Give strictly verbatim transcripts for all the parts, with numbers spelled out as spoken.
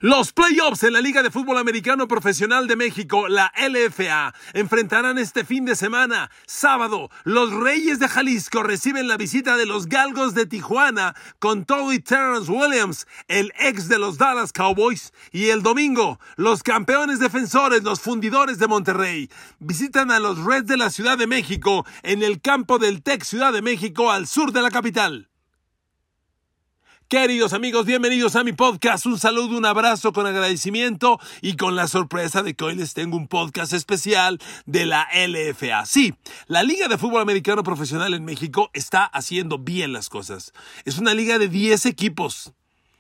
Los playoffs en la Liga de Fútbol Americano Profesional de México, la L F A, enfrentarán este fin de semana. Sábado, los Reyes de Jalisco reciben la visita de los Galgos de Tijuana con Tony Terrence Williams, el ex de los Dallas Cowboys. Y el domingo, los campeones defensores, los Fundidores de Monterrey, visitan a los Reds de la Ciudad de México en el campo del Tec Ciudad de México al sur de la capital. Queridos amigos, bienvenidos a mi podcast. Un saludo, un abrazo con agradecimiento y con la sorpresa de que hoy les tengo un podcast especial de la L F A. Sí, la Liga de Fútbol Americano Profesional en México está haciendo bien las cosas. Es una liga de diez equipos,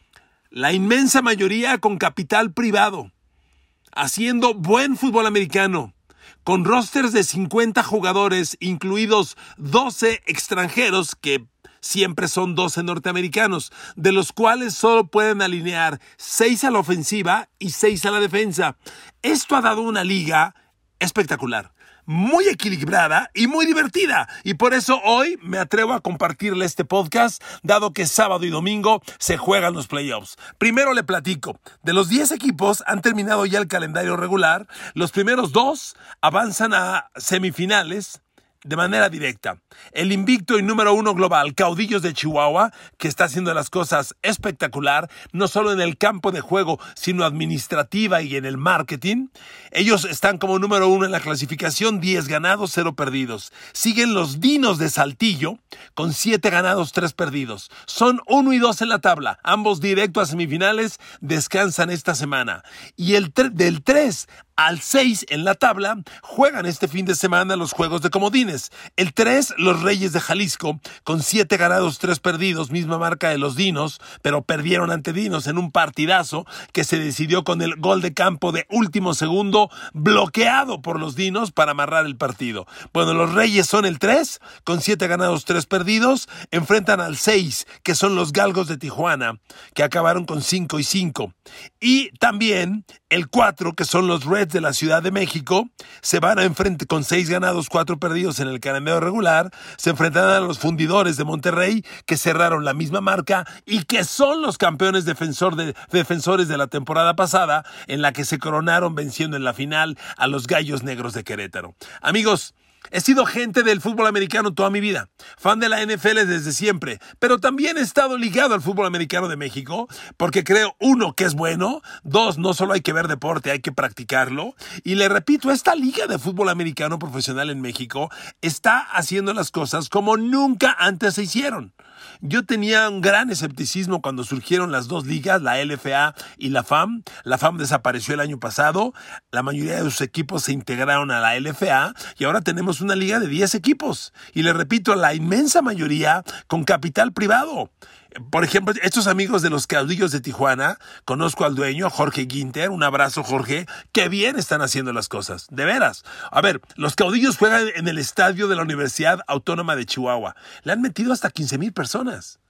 la inmensa mayoría con capital privado, haciendo buen fútbol americano, con rosters de cincuenta jugadores, incluidos doce extranjeros que siempre son doce norteamericanos, de los cuales solo pueden alinear seis a la ofensiva y seis a la defensa. Esto ha dado una liga espectacular, muy equilibrada y muy divertida. Y por eso hoy me atrevo a compartirle este podcast, dado que sábado y domingo se juegan los playoffs. Primero le platico. De los diez equipos han terminado ya el calendario regular. Los primeros dos avanzan a semifinales de manera directa. El invicto y número uno global, Caudillos de Chihuahua, que está haciendo las cosas espectacular, no solo en el campo de juego, sino administrativa y en el marketing. Ellos están como número uno en la clasificación, diez ganados, cero perdidos. Siguen los Dinos de Saltillo, con siete ganados, tres perdidos. Son uno y dos en la tabla, ambos directo a semifinales, descansan esta semana. Y el tre- del tres al seis en la tabla juegan este fin de semana los juegos de comodines. El tres, los Reyes de Jalisco, con siete ganados, tres perdidos, misma marca de los Dinos, pero perdieron ante Dinos en un partidazo que se decidió con el gol de campo de último segundo, bloqueado por los Dinos para amarrar el partido. Bueno, los Reyes son el tres, con siete ganados, tres perdidos, enfrentan al seis, que son los Galgos de Tijuana, que acabaron con cinco y cinco. Y también el cuatro, que son los Reds de la Ciudad de México, se van a enfrentar con seis ganados, cuatro perdidos en el calendario regular, se enfrentarán a los Fundidores de Monterrey, que cerraron la misma marca y que son los campeones defensor de, defensores de la temporada pasada, en la que se coronaron venciendo en la final a los Gallos Negros de Querétaro. Amigos, he sido gente del fútbol americano toda mi vida, fan de la N F L desde siempre, pero también he estado ligado al fútbol americano de México porque creo, uno, que es bueno, dos, no solo hay que ver deporte, hay que practicarlo, y le repito, esta liga de fútbol americano profesional en México está haciendo las cosas como nunca antes se hicieron. Yo tenía un gran escepticismo cuando surgieron las dos ligas, la L F A y la F A M. La F A M desapareció el año pasado, la mayoría de sus equipos se integraron a la L F A y ahora tenemos una liga de diez equipos. Y le repito, la inmensa mayoría con capital privado. Por ejemplo, estos amigos de los Caudillos de Tijuana, conozco al dueño, Jorge Guinter, un abrazo Jorge, qué bien están haciendo las cosas, de veras. A ver, los Caudillos juegan en el estadio de la Universidad Autónoma de Chihuahua, le han metido hasta quince mil personas.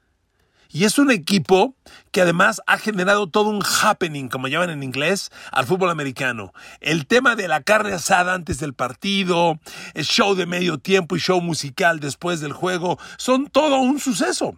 Y es un equipo que además ha generado todo un happening, como llaman en inglés, al fútbol americano. El tema de la carne asada antes del partido, el show de medio tiempo y show musical después del juego, son todo un suceso.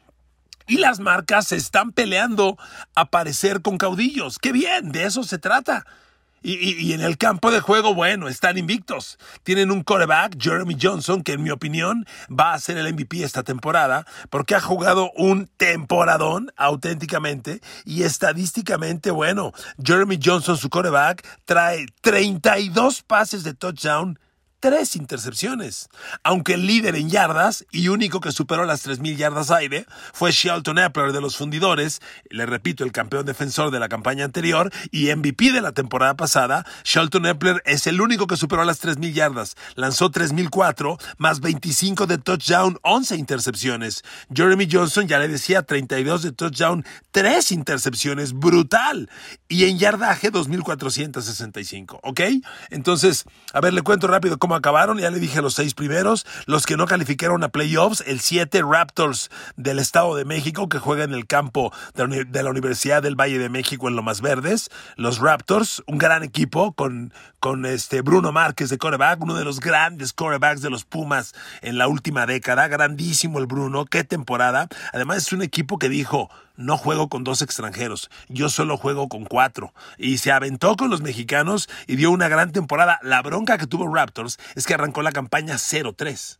Y las marcas se están peleando a aparecer con Caudillos. ¡Qué bien! De eso se trata. Y, y, y en el campo de juego, bueno, están invictos. Tienen un quarterback, Jeremy Johnson, que en mi opinión va a ser el M V P esta temporada, porque ha jugado un temporadón auténticamente y estadísticamente, bueno, Jeremy Johnson, su quarterback, trae treinta y dos pases de touchdown, tres intercepciones, aunque el líder en yardas y único que superó las tres mil yardas aire fue Shelton Epler de los Fundidores, le repito, el campeón defensor de la campaña anterior y M V P de la temporada pasada. Shelton Epler es el único que superó las tres mil yardas, lanzó tres mil cuatro, más veinticinco de touchdown, once intercepciones. Jeremy Johnson, ya le decía, treinta y dos de touchdown, tres intercepciones, brutal, y en yardaje dos mil cuatrocientos sesenta y cinco, ¿ok? Entonces, a ver, le cuento rápido cómo acabaron. Ya le dije los seis primeros, los que no calificaron a playoffs, el siete, Raptors del Estado de México, que juega en el campo de la Universidad del Valle de México en Lomas Verdes. Los Raptors, un gran equipo con, con este Bruno Márquez de quarterback, uno de los grandes quarterbacks de los Pumas en la última década, grandísimo el Bruno, qué temporada. Además es un equipo que dijo, no juego con dos extranjeros, yo solo juego con cuatro. Y se aventó con los mexicanos y dio una gran temporada. La bronca que tuvo Raptors es que arrancó la campaña cero tres.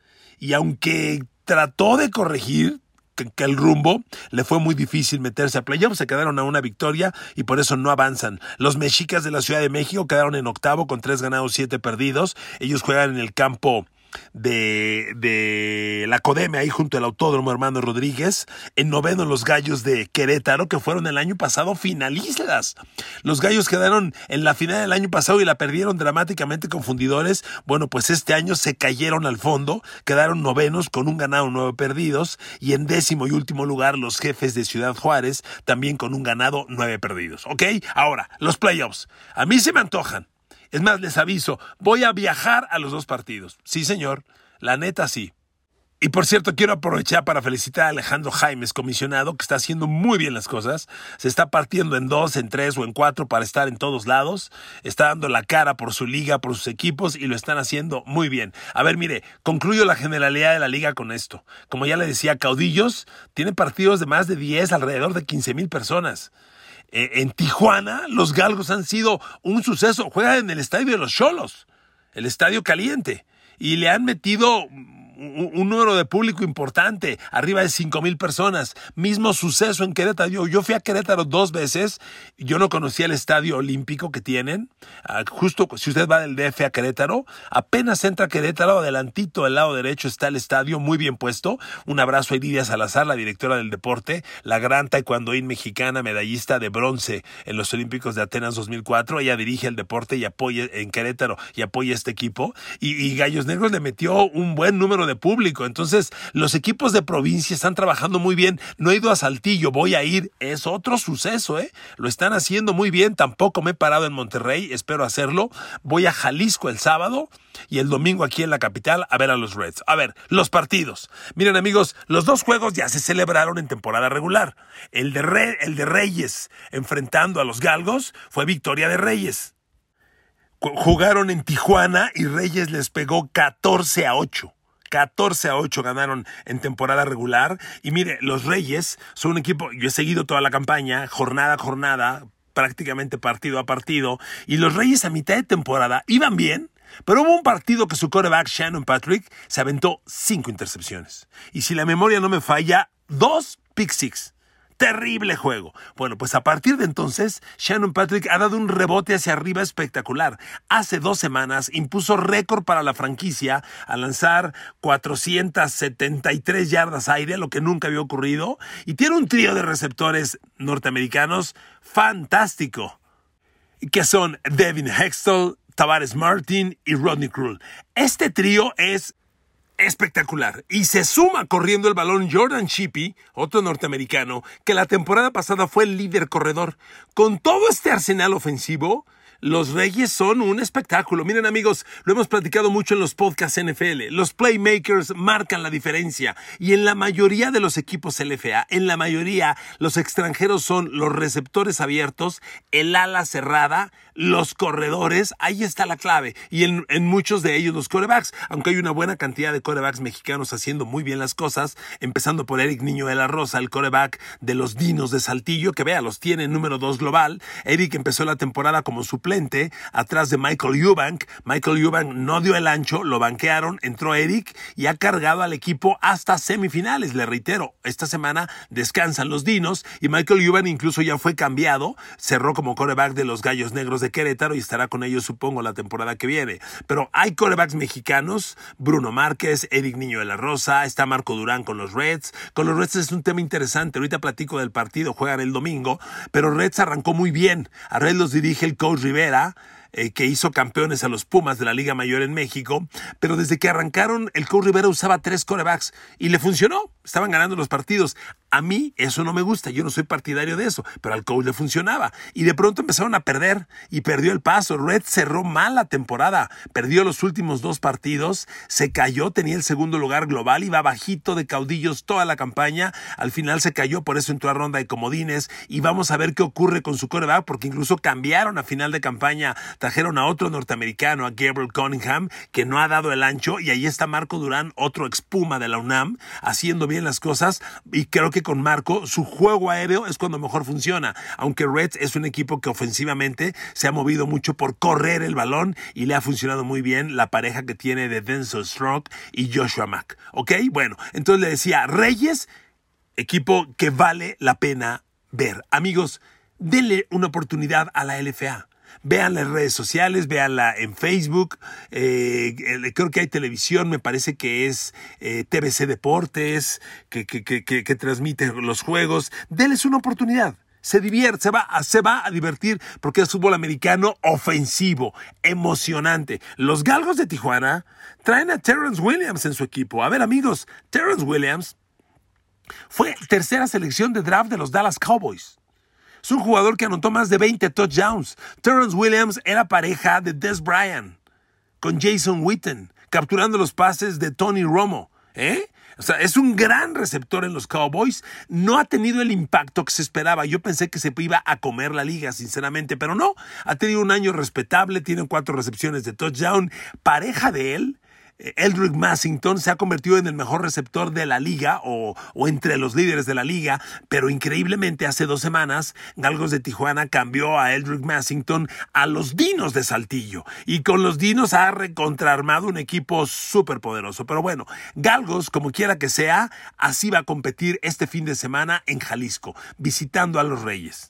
Y aunque trató de corregir que, que el rumbo, le fue muy difícil meterse a playoffs, se quedaron a una victoria y por eso no avanzan. Los mexicas de la Ciudad de México quedaron en octavo con tres ganados, siete perdidos. Ellos juegan en el campo de, de la Codeme, ahí junto al Autódromo Hermano Rodríguez. En noveno los Gallos de Querétaro, que fueron el año pasado finalistas. Los Gallos quedaron en la final del año pasado y la perdieron dramáticamente con Fundidores. Bueno, pues este año se cayeron al fondo, quedaron novenos con un ganado, nueve perdidos. Y en décimo y último lugar los Jefes de Ciudad Juárez, también con un ganado, nueve perdidos. ¿Ok? Ahora, los playoffs. A mí se me antojan. Es más, les aviso, voy a viajar a los dos partidos. Sí, señor, la neta sí. Y por cierto, quiero aprovechar para felicitar a Alejandro Jaimes, comisionado, que está haciendo muy bien las cosas. Se está partiendo en dos, en tres o en cuatro para estar en todos lados. Está dando la cara por su liga, por sus equipos y lo están haciendo muy bien. A ver, mire, concluyo la generalidad de la liga con esto. Como ya le decía, Caudillos tiene partidos de más de diez, alrededor de quince mil personas. En Tijuana, los Galgos han sido un suceso. Juegan en el estadio de los Xolos, el estadio caliente, y le han metido un, un número de público importante, arriba de cinco mil personas. Mismo suceso en Querétaro. Yo, yo fui a Querétaro dos veces. Yo no conocía el estadio olímpico que tienen. Uh, justo si usted va del D F a Querétaro, apenas entra a Querétaro, adelantito del lado derecho está el estadio, muy bien puesto. Un abrazo a Iridia Salazar, la directora del deporte, la gran taekwondoín mexicana, medallista de bronce en los Olímpicos de Atenas dos mil cuatro. Ella dirige el deporte y apoya en Querétaro y apoya este equipo. Y, y Gallos Negros le metió un buen número de público. Entonces, los equipos de provincia están trabajando muy bien. No he ido a Saltillo, voy a ir. Es otro suceso, ¿eh? Lo están haciendo muy bien. Tampoco me he parado en Monterrey, espero hacerlo. Voy a Jalisco el sábado y el domingo aquí en la capital a ver a los Reds. A ver, los partidos. Miren, amigos, los dos juegos ya se celebraron en temporada regular. El de, Re- el de Reyes enfrentando a los Galgos fue victoria de Reyes. Jugaron en Tijuana y Reyes les pegó catorce a ocho. catorce a ocho ganaron en temporada regular. Y mire, los Reyes son un equipo, yo he seguido toda la campaña, jornada a jornada, prácticamente partido a partido. Y los Reyes a mitad de temporada iban bien, pero hubo un partido que su quarterback Shannon Patrick se aventó cinco intercepciones. Y si la memoria no me falla, dos pick six. Terrible juego. Bueno, pues a partir de entonces, Shannon Patrick ha dado un rebote hacia arriba espectacular. Hace dos semanas impuso récord para la franquicia al lanzar cuatrocientas setenta y tres yardas aire, lo que nunca había ocurrido, y tiene un trío de receptores norteamericanos fantástico, que son Devin Hextall, Tavares Martin y Rodney Cruz. Este trío es espectacular. Y se suma corriendo el balón Jordan Shippey, otro norteamericano, que la temporada pasada fue el líder corredor. Con todo este arsenal ofensivo, los Reyes son un espectáculo. Miren, amigos, lo hemos platicado mucho en los podcasts N F L. Los playmakers marcan la diferencia. Y en la mayoría de los equipos L F A, en la mayoría, los extranjeros son los receptores abiertos, el ala cerrada, los corredores. Ahí está la clave. Y en, en muchos de ellos los quarterbacks. Aunque hay una buena cantidad de quarterbacks mexicanos haciendo muy bien las cosas, empezando por Eric Niño de la Rosa, el quarterback de los Dinos de Saltillo, que vea, los tiene en número dos global. Eric empezó la temporada como suplente atrás de Michael Eubank. Michael Eubank no dio el ancho, lo banquearon, entró Eric y ha cargado al equipo hasta semifinales. Le reitero, esta semana descansan los Dinos y Michael Eubank incluso ya fue cambiado, cerró como quarterback de los Gallos Negros de Querétaro y estará con ellos, supongo, la temporada que viene. Pero hay quarterbacks mexicanos, Bruno Márquez, Eric Niño de la Rosa, está Marco Durán con los Reds. Con los Reds es un tema interesante. Ahorita platico del partido, juegan el domingo, pero Reds arrancó muy bien. A Reds los dirige el coach Rivera, Eh, que hizo campeones a los Pumas de la Liga Mayor en México, pero desde que arrancaron el coach Rivera usaba tres quarterbacks y le funcionó, estaban ganando los partidos. A mí eso no me gusta, yo no soy partidario de eso, pero al coach le funcionaba y de pronto empezaron a perder y perdió el paso. Red cerró mal la temporada, perdió los últimos dos partidos, se cayó, tenía el segundo lugar global, iba bajito de Caudillos toda la campaña, al final se cayó, por eso entró a ronda de comodines y vamos a ver qué ocurre con su quarterback, porque incluso cambiaron a final de campaña, trajeron a otro norteamericano, a Gabriel Cunningham, que no ha dado el ancho, y ahí está Marco Durán, otro expuma de la UNAM, haciendo bien las cosas, y creo que con Marco, su juego aéreo es cuando mejor funciona, aunque Reds es un equipo que ofensivamente se ha movido mucho por correr el balón y le ha funcionado muy bien la pareja que tiene de Denzel Strong y Joshua Mack. ¿Ok? Bueno, entonces le decía, Reyes, equipo que vale la pena ver. Amigos, denle una oportunidad a la L F A. Vean las redes sociales, véanla en Facebook, eh, creo que hay televisión, me parece que es eh, T V C Deportes, que, que, que, que, que transmite los juegos. Denles una oportunidad. Se divierte, se va, se va a divertir porque es fútbol americano ofensivo, emocionante. Los Galgos de Tijuana traen a Terrence Williams en su equipo. A ver, amigos, Terrence Williams fue tercera selección de draft de los Dallas Cowboys. Es un jugador que anotó más de veinte touchdowns. Terrence Williams era pareja de Dez Bryant con Jason Witten, capturando los pases de Tony Romo. ¿Eh? O sea, es un gran receptor en los Cowboys. No ha tenido el impacto que se esperaba. Yo pensé que se iba a comer la liga, sinceramente, pero no. Ha tenido un año respetable, tiene cuatro recepciones de touchdown. Pareja de él, Eldrick Massington, se ha convertido en el mejor receptor de la liga o, o entre los líderes de la liga, pero increíblemente hace dos semanas Galgos de Tijuana cambió a Eldrick Massington a los Dinos de Saltillo y con los Dinos ha recontraarmado un equipo súper poderoso. Pero bueno, Galgos, como quiera que sea, así va a competir este fin de semana en Jalisco, visitando a los Reyes.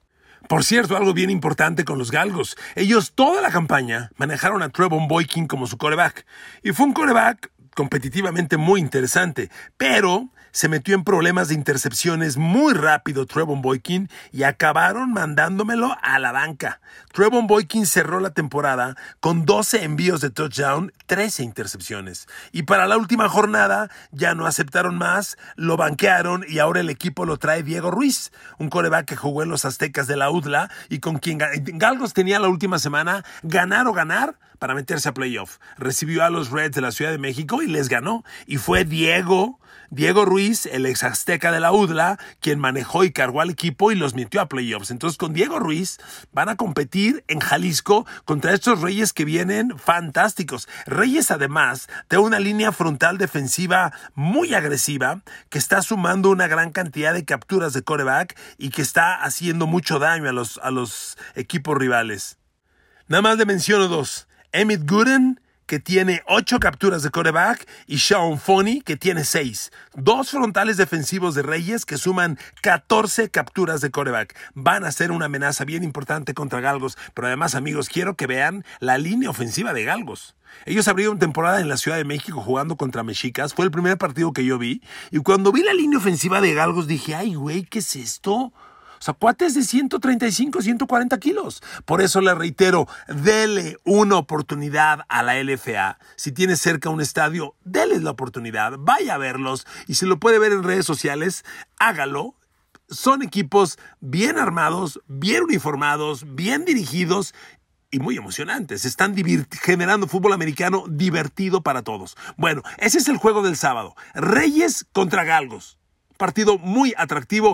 Por cierto, algo bien importante con los Galgos. Ellos toda la campaña manejaron a Trevon Boykin como su quarterback. Y fue un quarterback competitivamente muy interesante, pero se metió en problemas de intercepciones muy rápido Trevon Boykin y acabaron mandándomelo a la banca. Trevon Boykin cerró la temporada con doce envíos de touchdown, trece intercepciones. Y para la última jornada ya no aceptaron más, lo banquearon y ahora el equipo lo trae Diego Ruiz, un quarterback que jugó en los Aztecas de la U D L A y con quien Galgos tenía la última semana ganar o ganar para meterse a playoff. Recibió a los Reds de la Ciudad de México y les ganó. Y fue Diego, Diego Ruiz, el ex azteca de la U D L A, quien manejó y cargó al equipo y los metió a playoffs. Entonces con Diego Ruiz van a competir en Jalisco contra estos Reyes que vienen fantásticos. Reyes además de una línea frontal defensiva muy agresiva que está sumando una gran cantidad de capturas de quarterback y que está haciendo mucho daño a los, a los equipos rivales. Nada más le menciono dos. Emmett Gooden, que tiene ocho capturas de quarterback, y Sean Foney, que tiene seis. Dos frontales defensivos de Reyes que suman catorce capturas de quarterback. Van a ser una amenaza bien importante contra Galgos, pero además, amigos, quiero que vean la línea ofensiva de Galgos. Ellos abrieron temporada en la Ciudad de México jugando contra Mexicas. Fue el primer partido que yo vi. Y cuando vi la línea ofensiva de Galgos dije, ay, güey, ¿qué es esto? O sea, cuates de ciento treinta y cinco, ciento cuarenta kilos. Por eso le reitero, dele una oportunidad a la L F A. Si tiene cerca un estadio, déles la oportunidad, vaya a verlos. Y si lo puede ver en redes sociales, hágalo. Son equipos bien armados, bien uniformados, bien dirigidos y muy emocionantes. Están generando fútbol americano divertido para todos. Bueno, ese es el juego del sábado. Reyes contra Galgos. Partido muy atractivo.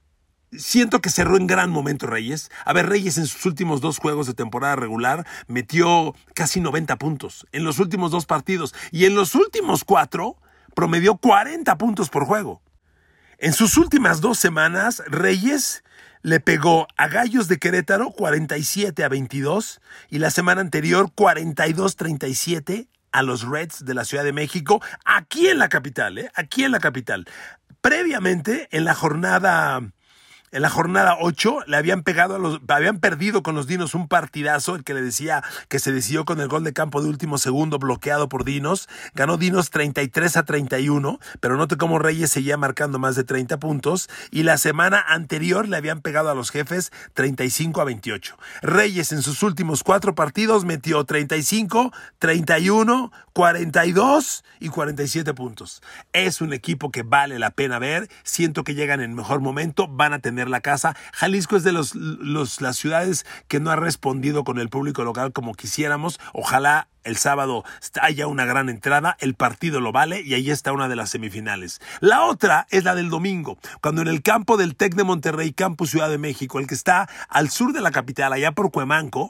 Siento que cerró en gran momento Reyes. A ver, Reyes en sus últimos dos juegos de temporada regular metió casi noventa puntos en los últimos dos partidos. Y en los últimos cuatro promedió cuarenta puntos por juego. En sus últimas dos semanas, Reyes le pegó a Gallos de Querétaro cuarenta y siete a veintidós y la semana anterior cuarenta y dos a treinta y siete a los Reds de la Ciudad de México, aquí en la capital, ¿eh? Aquí en la capital. Previamente, en la jornada... En la jornada ocho le habían pegado a los, habían perdido con los Dinos un partidazo, el que le decía que se decidió con el gol de campo de último segundo bloqueado por Dinos. Ganó Dinos treinta y tres a treinta y uno, pero note cómo Reyes seguía marcando más de treinta puntos. Y la semana anterior le habían pegado a los Jefes treinta y cinco a veintiocho. Reyes en sus últimos cuatro partidos metió treinta y cinco, treinta y uno, cuarenta y dos y cuarenta y siete puntos. Es un equipo que vale la pena ver. Siento que llegan en mejor momento, van a tener la casa. Jalisco es de los, los, las ciudades que no ha respondido con el público local como quisiéramos. Ojalá el sábado haya una gran entrada, el partido lo vale y ahí está una de las semifinales. La otra es la del domingo, cuando en el campo del TEC de Monterrey, Campus Ciudad de México, el que está al sur de la capital, allá por Cuemanco,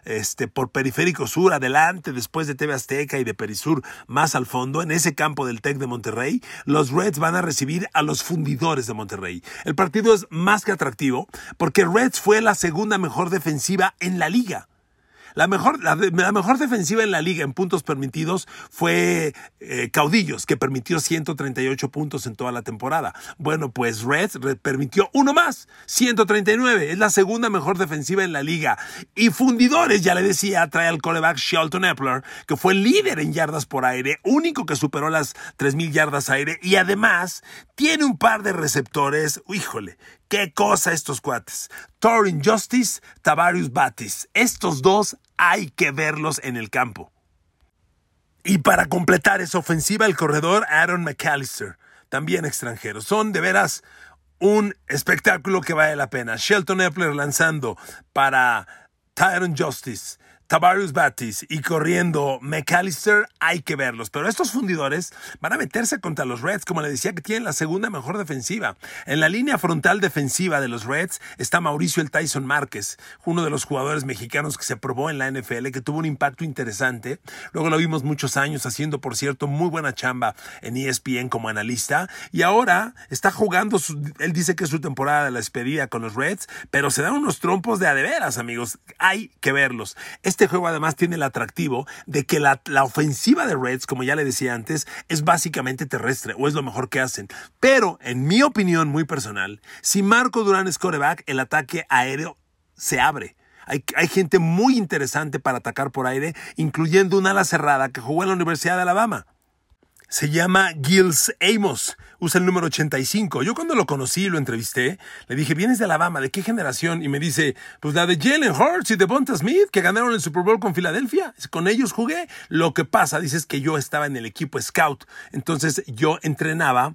este, por Periférico Sur, adelante, después de T V Azteca y de Perisur, más al fondo, en ese campo del Tec de Monterrey, los Reds van a recibir a los Fundidores de Monterrey. El partido es más que atractivo porque Reds fue la segunda mejor defensiva en la liga. La mejor, la, la mejor defensiva en la liga en puntos permitidos fue eh, Caudillos, que permitió ciento treinta y ocho puntos en toda la temporada. Bueno, pues Reds Red permitió uno más, ciento treinta y nueve. Es la segunda mejor defensiva en la liga. Y Fundidores, ya le decía, trae al quarterback Shelton Epler, que fue líder en yardas por aire, único que superó las tres mil yardas aire, y además tiene un par de receptores, híjole, qué cosa estos cuates. Torin Justice, Tavarius Batis. Estos dos hay que verlos en el campo. Y para completar esa ofensiva, el corredor Aaron McAllister, también extranjero. Son de veras un espectáculo que vale la pena. Shelton Epler lanzando para Torin Justice, Tavarius Batis y corriendo McAllister, hay que verlos. Pero estos Fundidores van a meterse contra los Reds, como le decía, que tienen la segunda mejor defensiva. En la línea frontal defensiva de los Reds está Mauricio el Tyson Márquez, uno de los jugadores mexicanos que se probó en la N F L, que tuvo un impacto interesante. Luego lo vimos muchos años haciendo, por cierto, muy buena chamba en E S P N como analista. Y ahora está jugando, su, él dice que es su temporada de la despedida con los Reds, pero se dan unos trompos de a de veras, amigos. Hay que verlos. Este juego además tiene el atractivo de que la, la ofensiva de Reds, como ya le decía antes, es básicamente terrestre, o es lo mejor que hacen. Pero, en mi opinión muy personal, si Marco Durán es quarterback, el ataque aéreo se abre. Hay, hay gente muy interesante para atacar por aire, incluyendo un ala cerrada que jugó en la Universidad de Alabama. Se llama Giles Amos, usa el número ochenta y cinco. Yo cuando lo conocí y lo entrevisté, le dije, ¿vienes de Alabama? ¿De qué generación? Y me dice, pues la de Jalen Hurts y Devonta Smith, que ganaron el Super Bowl con Filadelfia. Con ellos jugué. Lo que pasa, dice, es que yo estaba en el equipo scout. Entonces yo entrenaba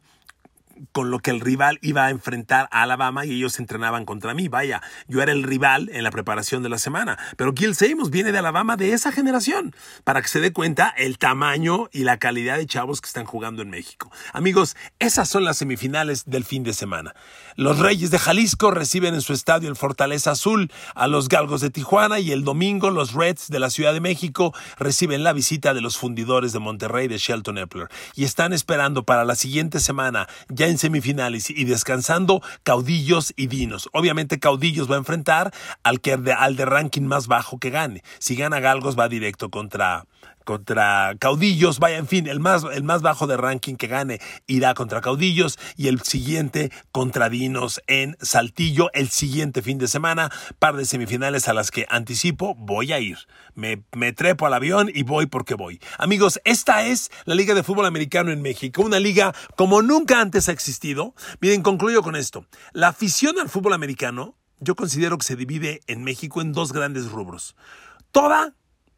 con lo que el rival iba a enfrentar a Alabama y ellos entrenaban contra mí. Vaya, yo era el rival en la preparación de la semana. Pero Giles Amos viene de Alabama, de esa generación, para que se dé cuenta el tamaño y la calidad de chavos que están jugando en México. Amigos, esas son las semifinales del fin de semana. Los Reyes de Jalisco reciben en su estadio el Fortaleza Azul a los Galgos de Tijuana, y el domingo los Reds de la Ciudad de México reciben la visita de los Fundidores de Monterrey de Shelton Epler. Y están esperando para la siguiente semana, ya en semifinales y descansando, Caudillos y Dinos. Obviamente Caudillos va a enfrentar al, que de, al de ranking más bajo que gane. Si gana Galgos va directo contra... contra Caudillos, vaya, en fin, el más, el más bajo de ranking que gane irá contra Caudillos, y el siguiente contra Dinos en Saltillo el siguiente fin de semana, par de semifinales a las que anticipo voy a ir. Me, me trepo al avión y voy porque voy. Amigos, esta es la Liga de Fútbol Americano en México, una liga como nunca antes ha existido. Miren, concluyo con esto. La afición al fútbol americano, yo considero que se divide en México en dos grandes rubros. Toda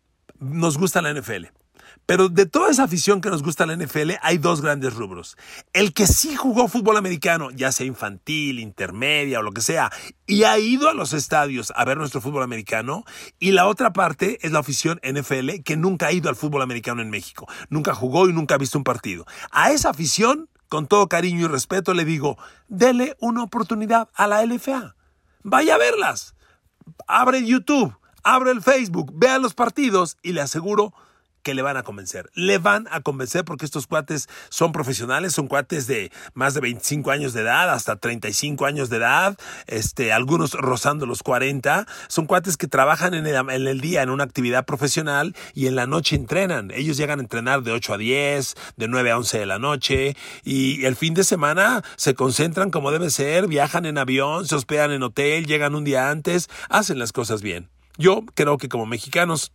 nos gusta la N F L. Pero de toda esa afición que nos gusta la N F L, hay dos grandes rubros. El que sí jugó fútbol americano, ya sea infantil, intermedia o lo que sea, y ha ido a los estadios a ver nuestro fútbol americano. Y la otra parte es la afición N F L, que nunca ha ido al fútbol americano en México. Nunca jugó y nunca ha visto un partido. A esa afición, con todo cariño y respeto, le digo, dele una oportunidad a la L F A. Vaya a verlas. Abre YouTube. Abre el Facebook, vea los partidos y le aseguro que le van a convencer. Le van a convencer porque estos cuates son profesionales, son cuates de más de veinticinco años de edad, hasta treinta y cinco años de edad, este, algunos rozando los cuarenta. Son cuates que trabajan en el, en el día en una actividad profesional y en la noche entrenan. Ellos llegan a entrenar de ocho a diez, de nueve a once de la noche, y el fin de semana se concentran como debe ser, viajan en avión, se hospedan en hotel, llegan un día antes, hacen las cosas bien. Yo creo que como mexicanos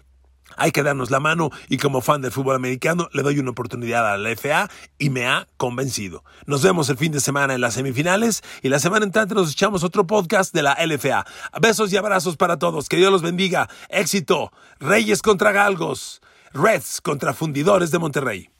hay que darnos la mano, y como fan del fútbol americano le doy una oportunidad a la L F A y me ha convencido. Nos vemos el fin de semana en las semifinales, y la semana entrante nos echamos otro podcast de la L F A. Besos y abrazos para todos. Que Dios los bendiga. Éxito. Reyes contra Galgos. Reds contra Fundidores de Monterrey.